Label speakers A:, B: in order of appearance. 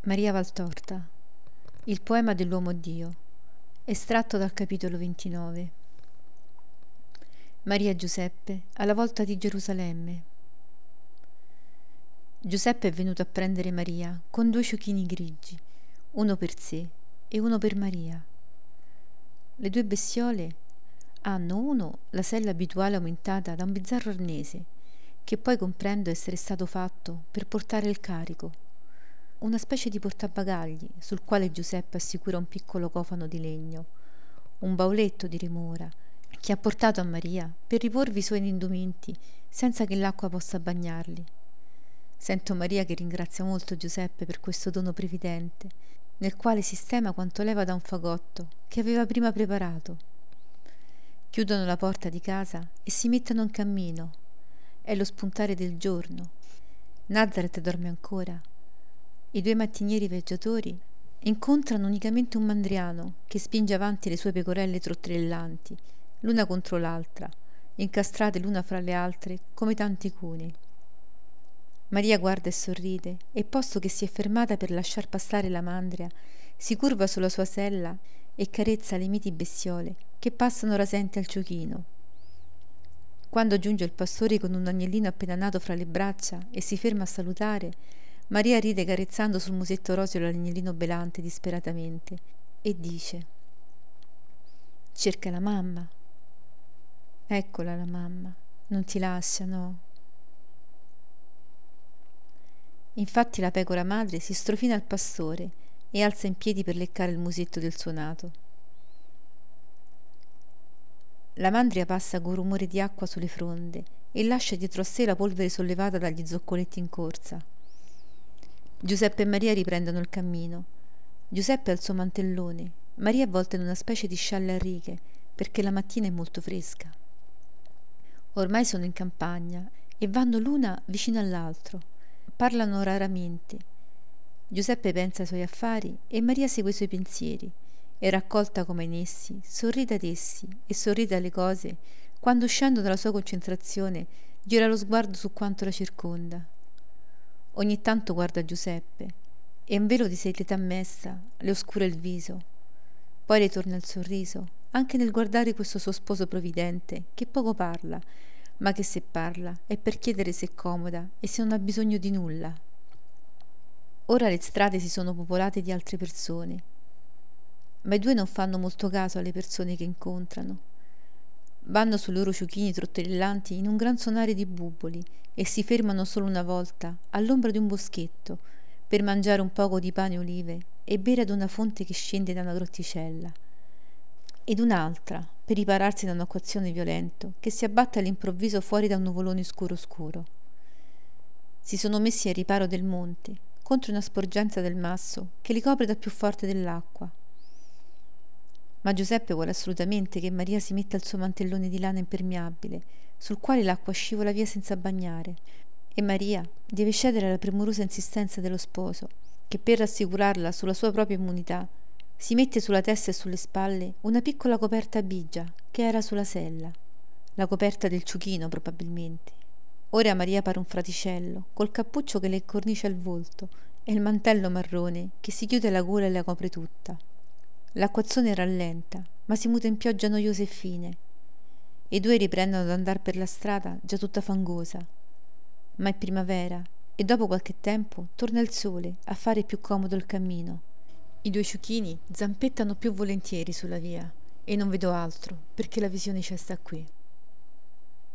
A: Maria Valtorta. Il poema dell'uomo Dio. Estratto dal capitolo 29. Maria Giuseppe alla volta di Gerusalemme. Giuseppe è venuto a prendere Maria con 2 ciuchini grigi, uno per sé e uno per Maria. Le 2 bestiole hanno uno la sella abituale aumentata da un bizzarro arnese, che poi comprendo essere stato fatto per portare il carico, una specie di portabagagli sul quale Giuseppe assicura un piccolo cofano di legno, un bauletto di remora che ha portato a Maria per riporvi i suoi indumenti senza che l'acqua possa bagnarli. Sento Maria che ringrazia molto Giuseppe per questo dono previdente, nel quale sistema quanto leva da un fagotto che aveva prima preparato. Chiudono la porta di casa e si mettono in cammino. È lo spuntare del giorno. Nazaret dorme ancora. I 2 mattinieri viaggiatori incontrano unicamente un mandriano che spinge avanti le sue pecorelle trotterellanti, l'una contro l'altra, incastrate l'una fra le altre come tanti cuni. Maria guarda e sorride e, posto che si è fermata per lasciar passare la mandria, si curva sulla sua sella e carezza le miti bestiole che passano rasenti al ciuchino. Quando giunge il pastore con un agnellino appena nato fra le braccia e si ferma a salutare, Maria ride carezzando sul musetto roseo l'agnellino belante disperatamente e dice: «Cerca la mamma. Eccola la mamma, non ti lascia, no?» Infatti la pecora madre si strofina al pastore e alza in piedi per leccare il musetto del suo nato. La mandria passa con rumore di acqua sulle fronde e lascia dietro a sé la polvere sollevata dagli zoccoletti in corsa. Giuseppe e Maria riprendono il cammino. Giuseppe ha il suo mantellone, Maria è avvolta in una specie di scialle a righe perché la mattina è molto fresca. Ormai sono in campagna e vanno l'una vicino all'altro. Parlano raramente. Giuseppe pensa ai suoi affari e Maria segue i suoi pensieri e, raccolta come in essi, sorride ad essi e sorride alle cose quando, uscendo dalla sua concentrazione, gira lo sguardo su quanto la circonda. Ogni tanto guarda Giuseppe e un velo di serietà messa le oscura il viso. Poi le torna il sorriso anche nel guardare questo suo sposo provvidente che poco parla, ma che se parla è per chiedere se è comoda e se non ha bisogno di nulla. Ora le strade si sono popolate di altre persone, ma i 2 non fanno molto caso alle persone che incontrano. Vanno sui loro ciuchini trotterellanti in un gran sonare di bubboli e si fermano solo una volta all'ombra di un boschetto per mangiare un poco di pane e olive e bere ad una fonte che scende da una grotticella, ed un'altra per ripararsi da un acquazzone violento che si abbatte all'improvviso fuori da un nuvolone scuro scuro. Si sono messi al riparo del monte contro una sporgenza del masso che li copre da più forte dell'acqua. Ma Giuseppe vuole assolutamente che Maria si metta il suo mantellone di lana impermeabile, sul quale l'acqua scivola via senza bagnare, e Maria deve cedere alla premurosa insistenza dello sposo, che per rassicurarla sulla sua propria immunità si mette sulla testa e sulle spalle una piccola coperta a bigia che era sulla sella, la coperta del ciuchino probabilmente. Ora Maria pare un fraticello, col cappuccio che le cornicia il volto e il mantello marrone che si chiude alla gola e la copre tutta. L'acquazzone rallenta, ma si muta in pioggia noiosa e fine. E i 2 riprendono ad andare per la strada già tutta fangosa. Ma è primavera e dopo qualche tempo torna il sole a fare più comodo il cammino. I 2 ciuchini zampettano più volentieri sulla via e non vedo altro perché la visione c'è sta qui.